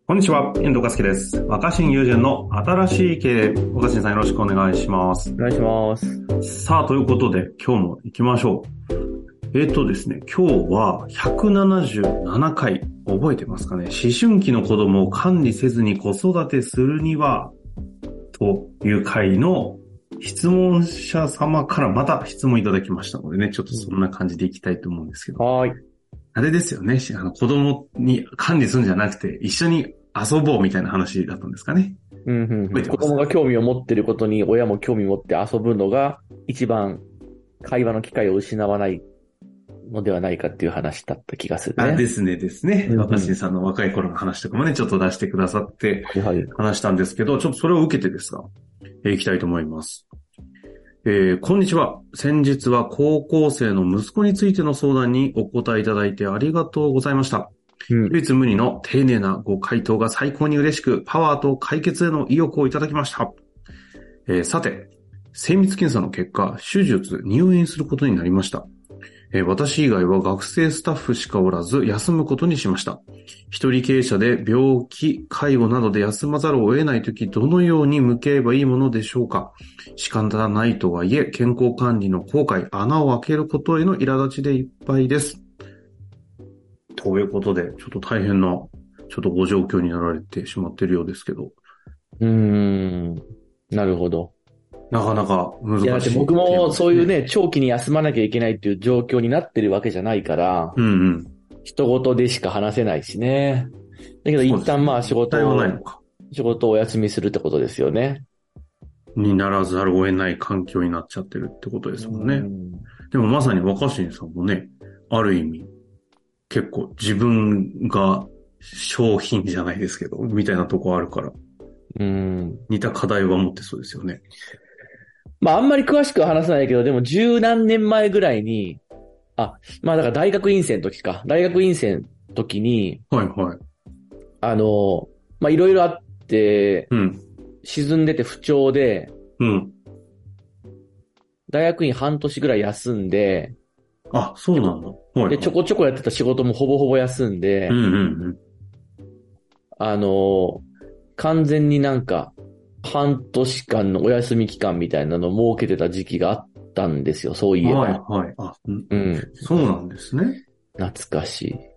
こんにちは、遠藤和樹です。若新友人の新しい経営。若新さんよろしくお願いします。 お願いします。 さあ、ということで今日も行きましょう。ですね、今日は177回、覚えてますかね。思春期の子供を管理せずに子育てするには、という回の質問者様からまた質問いただきましたのでね、ちょっとそんな感じでいきたいと思うんですけど。 はい。 あれですよね。子供に管理するんじゃなくて、一緒に遊ぼうみたいな話だったんですかね。 子供が興味を持っていることに親も興味を持って遊ぶのが一番会話の機会を失わないのではないかっていう話だった気がするね。 ですね。若新さんの若い頃の話とかもね、ちょっと出してくださって話したんですけど、ちょっとそれを受けてですが、いきたいと思います。こんにちは。先日は高校生の息子についての相談にお答えいただいてありがとうございました。唯一無二の丁寧なご回答が最高に嬉しく、パワーと解決への意欲をいただきました。さて、精密検査の結果、手術、入院することになりました。私以外は学生スタッフしかおらず、休むことにしました。一人経営者で病気、介護などで休まざるを得ないとき、どのように向き合えばいいものでしょうか。仕方ないとはいえ、健康管理の後悔、穴を開けることへの苛立ちでいっぱいです。ということで、ちょっと大変な、ちょっとご状況になられてしまっているようですけど。 なるほど。 なかなか難しい。 いや、だって僕もそういうね、長期に休まなきゃいけないっていう状況になってるわけじゃないから、人事でしか話せないしね。だけど一旦仕事をお休みするってことですよね。 にならざるを得ない環境になっちゃってるってことですもんね。でもまさに若新さんもね、ある意味、結構自分が商品じゃないですけど、みたいなとこあるから。似た課題は持ってそうですよね。 あんまり詳しくは話さないけど、でも十何年前ぐらいに、だから大学院生の時か。大学院生の時に、いろいろあって、沈んでて不調で、大学院半年ぐらい休んで、 あ、そうなんだ。 で、ちょこちょこやってた仕事もほぼほぼ休んで、完全に半年間のお休み期間みたいなのを設けてた時期があったんですよ、そういえば。 そうなんですね。 懐かしい。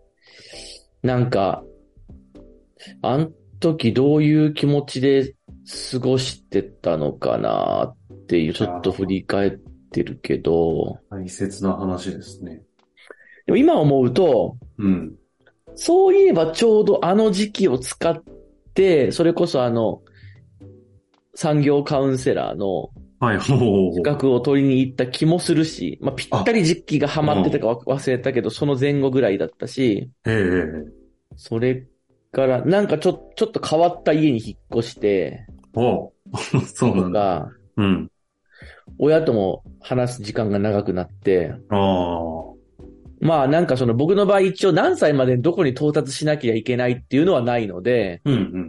あの時どういう気持ちで過ごしてたのかなっていう、ちょっと振り返ってるけど。 大切な話ですね。 でも今思うと、そういえばちょうどあの時期を使って、それこそ産業カウンセラーの資格を取りに行った気もするし、ぴったり時期がハマってたか忘れたけど、その前後ぐらいだったし、それからちょっと変わった家に引っ越して、 そうなんだ。 親とも話す時間が長くなって、僕の場合一応何歳までどこに到達しなきゃいけないっていうのはないので、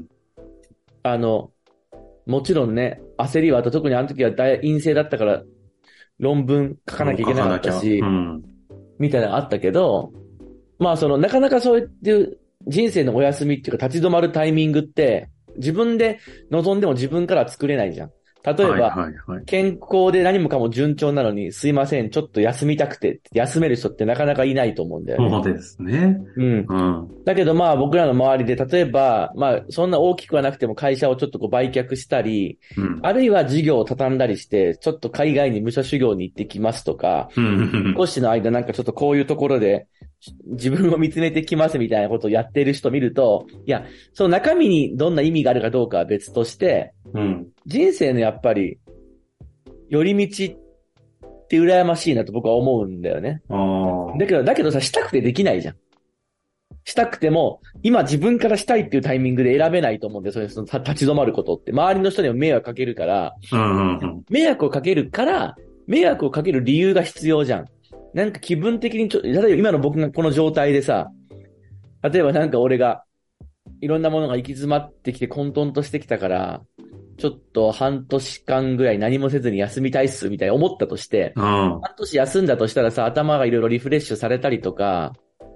もちろんね、焦りはあった。特にあの時は陰性だったから論文書かなきゃいけなかったし、みたいなのあったけど、なかなかそういう人生のお休みっていうか立ち止まるタイミングって自分で望んでも自分からは作れないじゃん。例えば、健康で何もかも順調なのに、すいません、ちょっと休みたくて、休める人ってなかなかいないと思うんだよね。 そうですね。 だけど僕らの周りで、例えば、そんな大きくはなくても会社をちょっと売却したり、あるいは事業を畳んだりして、ちょっと海外に武者修行に行ってきますとか、少しの間ちょっとこういうところで、自分を見つめてきますみたいなことをやっている人を見ると、いや、その中身にどんな意味があるかどうかは別として、人生のやっぱり、寄り道って羨ましいなと僕は思うんだよね。だけどさ、したくてできないじゃん。したくても、今自分からしたいっていうタイミングで選べないと思うんで、その立ち止まることって。周りの人にも迷惑かけるから、迷惑をかける理由が必要じゃん。気分的に例えば今の僕がこの状態でさ、例えば俺がいろんなものが行き詰まってきて混沌としてきたから、ちょっと半年間ぐらい何もせずに休みたいっすみたいに思ったとして、半年休んだとしたらさ、頭がいろいろリフレッシュされたりとか、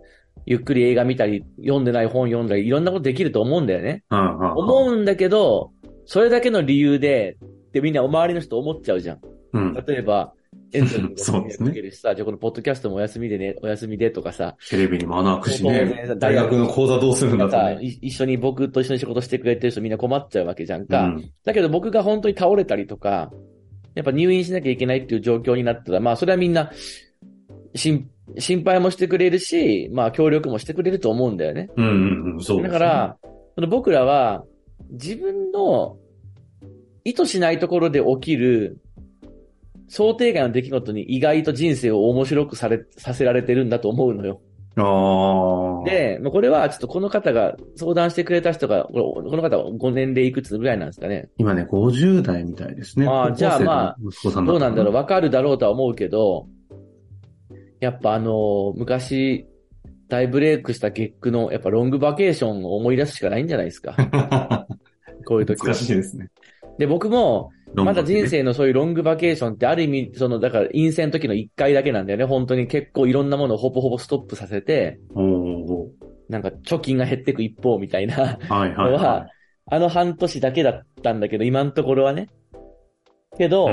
ゆっくり映画見たり、読んでない本読んだり、いろんなことできると思うんだよね。思うんだけど、それだけの理由で、ってみんな周りの人思っちゃうじゃん。 うん。 例えば、エントリーそうですね。 じゃあこのポッドキャストもお休みでね、お休みでとかさ。 テレビにも穴開くしね。大学の講座どうするんだとね。 一緒に僕と一緒に仕事してくれてる人みんな困っちゃうわけじゃんか。だけど僕が本当に倒れたりとか、やっぱ入院しなきゃいけないっていう状況になったら、まあそれはみんな、心配もしてくれるし、まあ協力もしてくれると思うんだよね。 そうですね。 だから、僕らは、自分の意図しないところで起きる想定外の出来事に意外と人生を面白くさせられてるんだと思うのよ。で、これはちょっとこの方が相談してくれた人が、この方は5年でいくつぐらいなんですかね。 今ね、50代みたいですね。 じゃあまあ、どうなんだろう、わかるだろうとは思うけど、やっぱ昔、大ブレイクしたゲックの、やっぱロングバケーションを思い出すしかないんじゃないですか。こういう時は。 難しいですね。 で、僕も、まだ人生のそういうロングバケーションってある意味、だから陰性の時の1回だけなんだよね。本当に結構いろんなものをほぼストップさせて、なんか貯金が減っていく一方みたいなのは、半年だけだったんだけど、今のところはね。けど、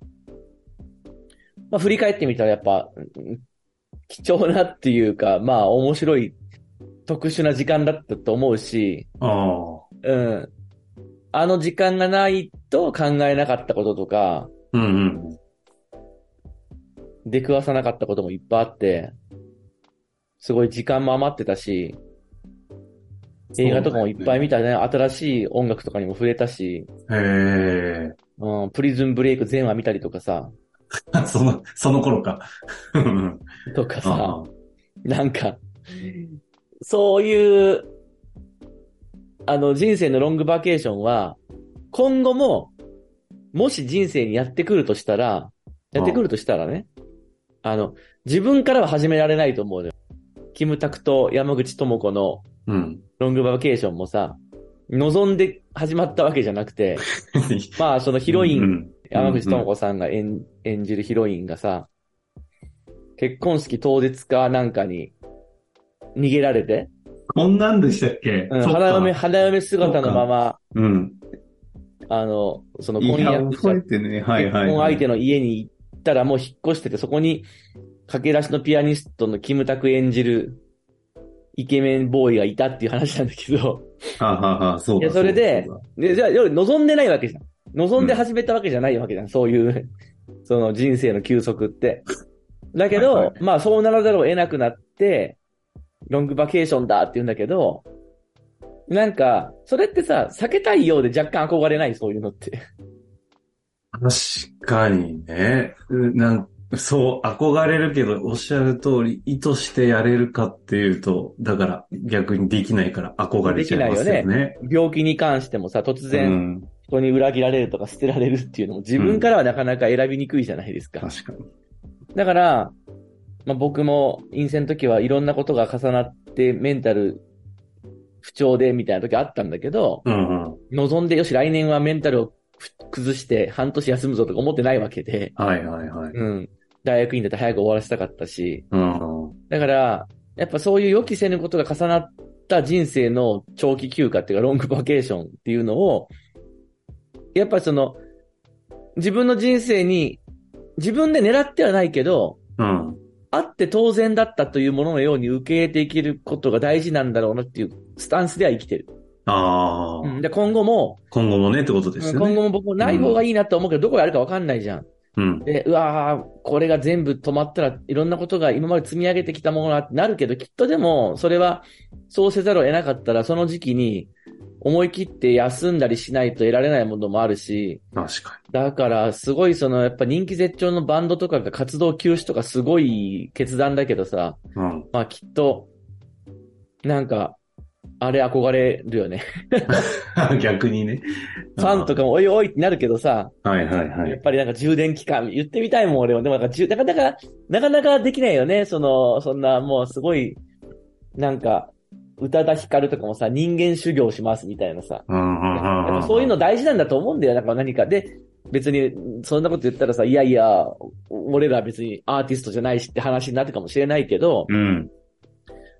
まあ振り返ってみたらやっぱ、貴重なっていうか、まあ面白い特殊な時間だったと思うし、あの時間がないと考えなかったこととか、出くわさなかったこともいっぱいあって、すごい時間も余ってたし、映画とかもいっぱい見たね、新しい音楽とかにも触れたし、プリズンブレイク全話見たりとかさ、 その頃か。 とかさ、なんか、そういう、人生のロングバケーションは、今後も、もし人生にやってくるとしたらね、自分からは始められないと思うのよ。キムタクと山口智子の、ロングバケーションもさ、望んで始まったわけじゃなくて、まあ、そのヒロイン、山口智子さんが演じるヒロインがさ、結婚式当日かなんかに逃げられて、 こんなんでしたっけ？ 花嫁姿のまま、その婚約者、結婚相手の家に行ったらもう引っ越してて、そこに駆け出しのピアニストのキムタク演じるイケメンボーイがいたっていう話なんだけど。 そうだ。 それで、じゃあ、望んでないわけじゃん。望んで始めたわけじゃないわけじゃん。そういう、その人生の休息って。だけど、まあそうならざるを得なくなって、ロングバケーションだって言うんだけど、なんか、それってさ、避けたいようで若干憧れない、そういうのって。 確かにね。そう、憧れるけど、おっしゃる通り、意図してやれるかっていうと、だから逆にできないから憧れちゃいますよね。できないよね。 病気に関してもさ、突然、人に裏切られるとか捨てられるっていうのも自分からはなかなか選びにくいじゃないですか。 確かに。 だから、まあ、僕も陰性の時はいろんなことが重なってメンタル不調でみたいな時あったんだけど、望んでよし来年はメンタルを崩して半年休むぞとか思ってないわけで、大学院だって早く終わらせたかったし、だから、やっぱそういう予期せぬことが重なった人生の長期休暇っていうかロングバケーションっていうのを、やっぱ自分の人生に自分で狙ってはないけど、あって当然だったというもののように受け入れていけることが大事なんだろうなっていうスタンスでは生きてる。で、今後もねってことですよね。 今後も僕もない方がいいなと思うけど、どこやるかわかんないじゃん。で、うわー、これが全部止まったらいろんなことが今まで積み上げてきたものだってなるけど、きっとでも、それはそうせざるを得なかったら、その時期に思い切って休んだりしないと得られないものもあるし。 確かに。 だから、すごいやっぱ人気絶頂のバンドとかが活動休止とかすごい決断だけどさ、まあきっと、なんか、あれ憧れるよね。 逆にね。 ファンとかもおいおいってなるけどさ。 やっぱりなんか充電期間言ってみたいもん俺も。でもなかなかできないよね。そんなもうすごい、なんか、宇多田ヒカルとかもさ、人間修行しますみたいなさ。やっぱそういうの大事なんだと思うんだよ。なんか何かで、別にそんなこと言ったらさ、いやいや、俺ら別にアーティストじゃないしって話になるかもしれないけど、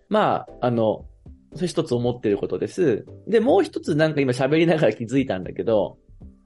まあ、それ一つ思ってることです。で、もう一つなんか今喋りながら気づいたんだけど、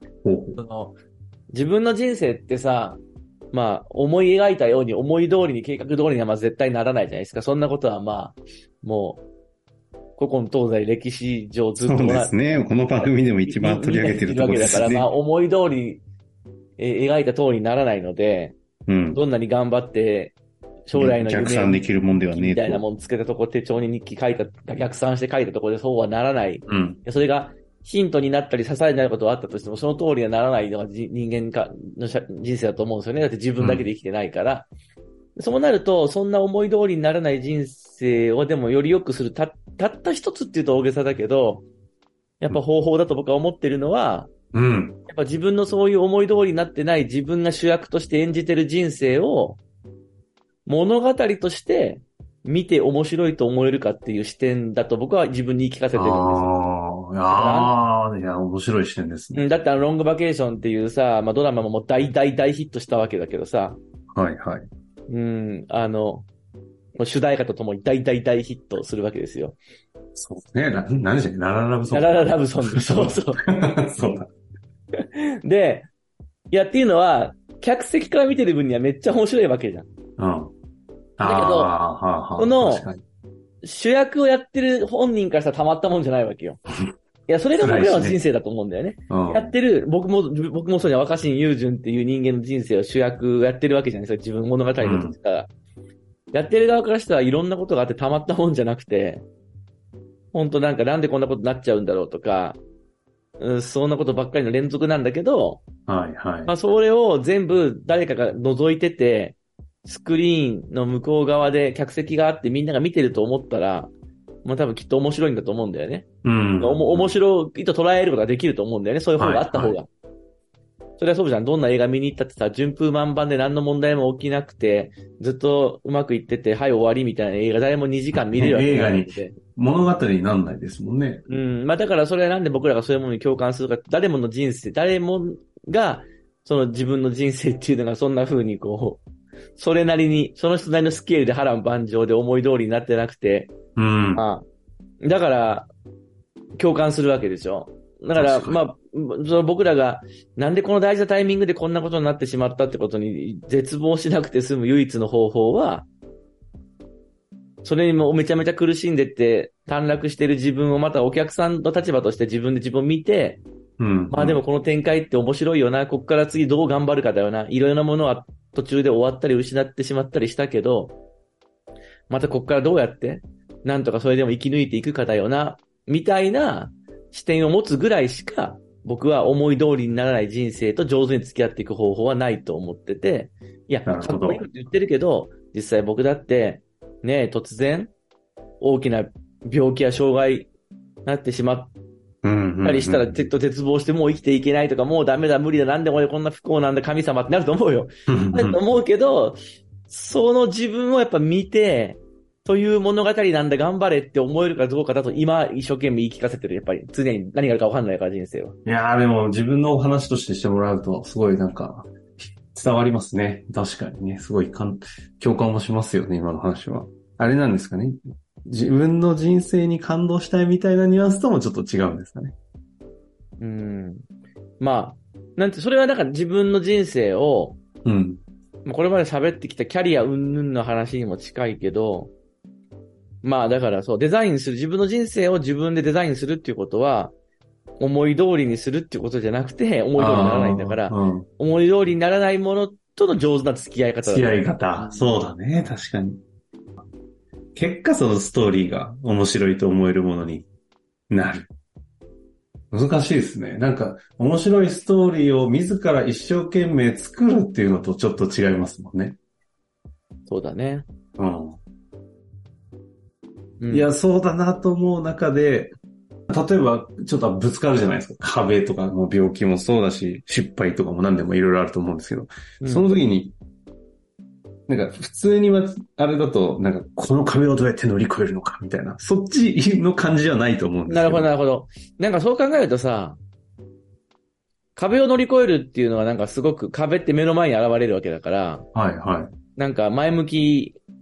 自分の人生ってさ、まあ、思い描いたように思い通りに計画通りにはまあ絶対ならないじゃないですか。そんなことはまあ、もう、古今東西歴史上ずっとそうですね。この番組でも一番取り上げてるところですね。 わけだから、まあ思い通り、描いた通りにならないので、どんなに頑張って、将来の夢逆算できるもんではねえみたいなもんつけたとこ、手帳に日記書いた、逆算して書いたところでそうはならない。それがヒントになったり支えになることはあったとしても、その通りにはならないのが人間の人生だと思うんですよね。だって自分だけで生きてないから。そうなると、そんな思い通りにならない人生をでもより良くするたった一つって言うと大げさだけど、やっぱ方法だと僕は思ってるのは、やっぱ自分のそういう思い通りになってない自分が主役として演じてる人生を物語として見て面白いと思えるかっていう視点だと僕は自分に言い聞かせてるんですよ。 いや、面白い視点ですね。 だってロングバケーションっていうさ、まあドラマももう大ヒットしたわけだけどさ。 はいはい。 主題歌とともに大ヒットするわけですよ。 そうですね。何でしたっけ？ラララブソング。 ラララブソング。そうそう。 そうだ。 で、いやっていうのは、客席から見てる分にはめっちゃ面白いわけじゃん。だけど、この、主役をやってる本人からしたらたまったもんじゃないわけよ。いや、それが僕らの人生だと思うんだよね。やってる、僕もそうじゃん、若新雄純っていう人間の人生を主役やってるわけじゃないですか、自分物語の時から。やってる側からしたらいろんなことがあってたまったもんじゃなくて、ほんとなんでこんなことになっちゃうんだろうとか、そんなことばっかりの連続なんだけど、 はいはい。 まあそれを全部誰かが覗いてて、スクリーンの向こう側で客席があってみんなが見てると思ったら、まあ多分きっと面白いんだと思うんだよね。面白いと捉えることができると思うんだよね。そういう方があった方が。それはそうじゃん。どんな映画見に行ったってさ、順風満帆で何の問題も起きなくて、ずっとうまくいってて、はい終わりみたいな映画誰も2時間見れるわけないので。 映画に物語になんないですもんね。 まあだからそれはなんで僕らがそういうものに共感するか、誰もの人生、誰もが、その自分の人生っていうのがそんな風にそれなりに、その人なりのスケールで波乱万丈で思い通りになってなくて、まあ、だから、共感するわけでしょ。だから、まあ、その僕らが、なんでこの大事なタイミングでこんなことになってしまったってことに絶望しなくて済む唯一の方法は、それにもめちゃめちゃ苦しんでって短絡してる自分をまたお客さんの立場として自分で自分を見て、まあでもこの展開って面白いよな、こっから次どう頑張るかだよな、いろいろなものは途中で終わったり失ってしまったりしたけど、またこっからどうやって、なんとかそれでも生き抜いていくかだよな、みたいな視点を持つぐらいしか、僕は思い通りにならない人生と上手に付き合っていく方法はないと思ってて、いや、かっこいいこと言ってるけど、実際僕だって、ね、突然、大きな病気や障害になってしまったりしたら、絶望してもう生きていけないとか、もうダメだ、無理だ、なんで俺こんな不幸なんだ、神様ってなると思うよ。なると思うけど、その自分をやっぱ見て、という物語なんだ、頑張れって思えるかどうかだと、今一生懸命言い聞かせてる。やっぱり常に何があるか分かんないから、人生は。 いやーでも自分のお話としてしてもらうと、すごい伝わりますね。確かにね。すごい共感もしますよね、今の話は。あれなんですかね。自分の人生に感動したいみたいなニュアンスともちょっと違うんですかね。 まあ、それは自分の人生を、これまで喋ってきたキャリア云々の話にも近いけど、まあだからそう、デザインする、自分の人生を自分でデザインするっていうことは、思い通りにするっていうことじゃなくて、思い通りにならないんだから、思い通りにならないものとの上手な付き合い方だ。 付き合い方。そうだね、確かに。結果そのストーリーが面白いと思えるものになる。難しいですね。面白いストーリーを自ら一生懸命作るっていうのとちょっと違いますもんね。 そうだね。 いや、そうだなと思う中で、例えば、ちょっとぶつかるじゃないですか。壁とかも病気もそうだし、失敗とかも何でもいろいろあると思うんですけど、その時に、普通には、あれだと、この壁をどうやって乗り越えるのか、みたいな、そっちの感じはないと思うんですけど。 なるほど。そう考えるとさ、壁を乗り越えるっていうのはすごく壁って目の前に現れるわけだから、 はいはい。 前向き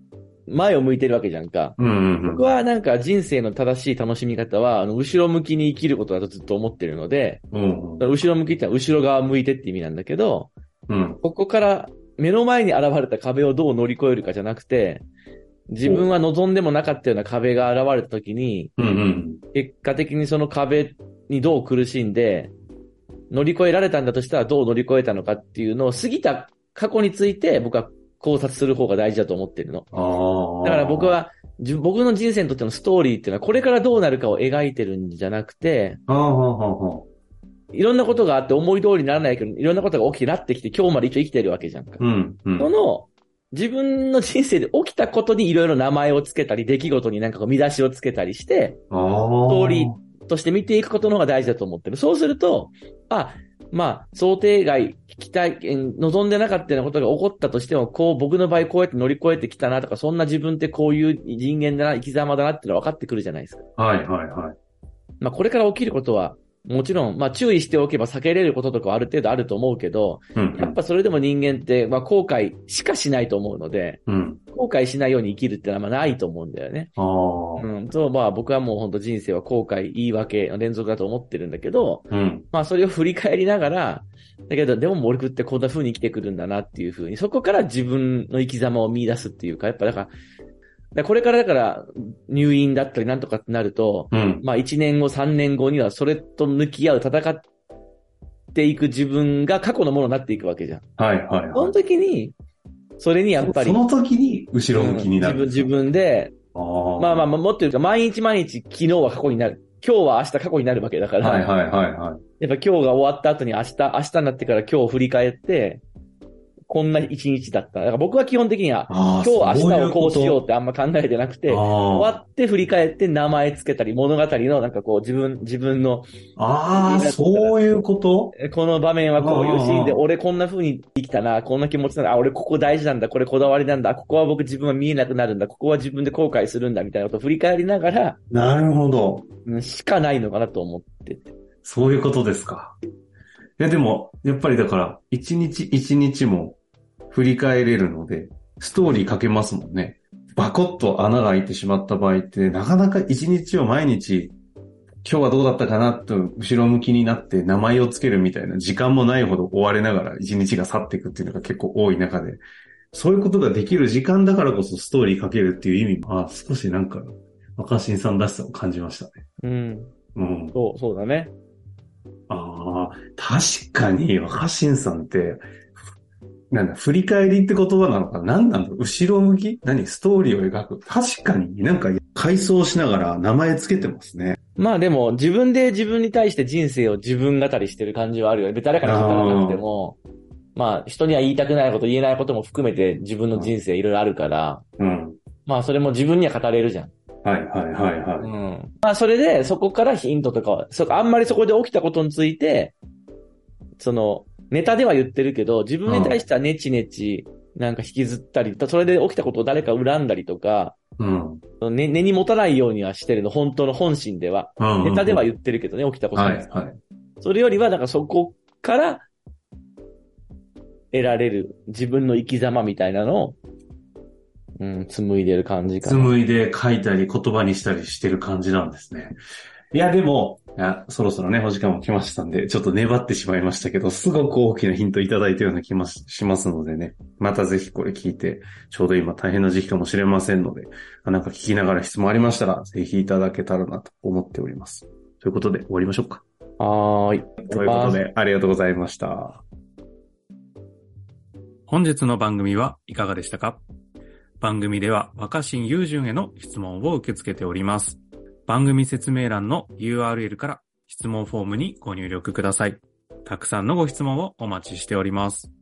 前を向いてるわけじゃんか。僕はなんか人生の正しい楽しみ方は、後ろ向きに生きることだとずっと思ってるので、後ろ向きってのは後ろ側向いてって意味なんだけど、ここから目の前に現れた壁をどう乗り越えるかじゃなくて、自分は望んでもなかったような壁が現れた時に、結果的にその壁にどう苦しんで、乗り越えられたんだとしたらどう乗り越えたのかっていうのを過ぎた過去について僕は考察する方が大事だと思ってるの。だから僕は僕の人生にとってのストーリーっていうのはこれからどうなるかを描いてるんじゃなくて、いろんなことがあって思い通りにならないけど、いろんなことが起きてなってきて今日まで一応生きてるわけじゃんか。その自分の人生で起きたことにいろいろ名前をつけたり、出来事になんかこう見出しをつけたりして、ストーリーとして見ていくことの方が大事だと思ってる。そうすると、想定外、望んでなかったようなことが起こったとしても、僕の場合こうやって乗り越えてきたなとか、そんな自分ってこういう人間だな、生き様だなっていうのは分かってくるじゃないですか。これから起きることは、もちろん、注意しておけば避けれることとかはある程度あると思うけど、やっぱそれでも人間って、後悔しかしないと思うので、後悔しないように生きるってのはないと思うんだよね。僕はもう本当人生は後悔、言い訳の連続だと思ってるんだけど、それを振り返りながら、だけど、でも俺ってこんな風に生きてくるんだなっていう風に、そこから自分の生き様を見出すっていうか、やっぱだからこれからだから入院だったりなんとかってなると、1年後3年後にはそれと向き合う戦っていく自分が過去のものになっていくわけじゃん。その時に、それにやっぱり。 その時に後ろ向きになる。 自分で、もっと言うか毎日毎日昨日は過去になる。今日は明日過去になるわけだから。やっぱ今日が終わった後に明日になってから今日を振り返って、こんな一日だった。だから僕は基本的には、今日明日をこうしようってあんま考えてなくて、終わって振り返って名前つけたり、物語のなんかこう自分の。 そういうこと？ この場面はこういうシーンで、俺こんな風に生きたな、こんな気持ちなんだ、俺ここ大事なんだ、これこだわりなんだ、ここは僕自分は見えなくなるんだ、ここは自分で後悔するんだ、みたいなことを振り返りながら。 なるほど。 しかないのかなと思ってて。 そういうことですか。でも、やっぱりだから、一日一日も振り返れるので、ストーリー書けますもんね。バコッと穴が開いてしまった場合って、なかなか一日を毎日、今日はどうだったかなと後ろ向きになって名前をつけるみたいな時間もないほど追われながら一日が去っていくっていうのが結構多い中で、そういうことができる時間だからこそストーリー書けるっていう意味も、少しなんか、若新さんらしさを感じましたね。 そうだね。 確かに若新さんって、振り返りって言葉なのか何なんだろう、後ろ向きストーリーを描く。確かに回想しながら名前つけてますね。 でも自分で自分に対して人生を自分語りしてる感じはあるよね。誰かに語らなくても、人には言いたくないこと言えないことも含めて自分の人生いろいろあるから、それも自分には語れるじゃん。それでそこからヒントとかあんまりそこで起きたことについて、ネタでは言ってるけど、自分に対してはネチネチなんか引きずったり、それで起きたことを誰か恨んだりとか、根に持たないようにはしてるの、本当の本心では。ネタでは言ってるけどね、起きたことについて。それよりは、そこから得られる自分の生き様みたいなのを、紡いでる感じかな。 紡いで書いたり言葉にしたりしてる感じなんですね。いや、でも、そろそろね、お時間も来ましたんで、ちょっと粘ってしまいましたけど、すごく大きなヒントいただいたような気もしますのでね。またぜひこれ聞いて、ちょうど今大変な時期かもしれませんので、なんか聞きながら質問ありましたら、ぜひいただけたらなと思っております。ということで終わりましょうか。 ということで、ありがとうございました。本日の番組はいかがでしたか？番組では若新雄純への質問を受け付けております。番組説明欄の URL から質問フォームにご入力ください。たくさんのご質問をお待ちしております。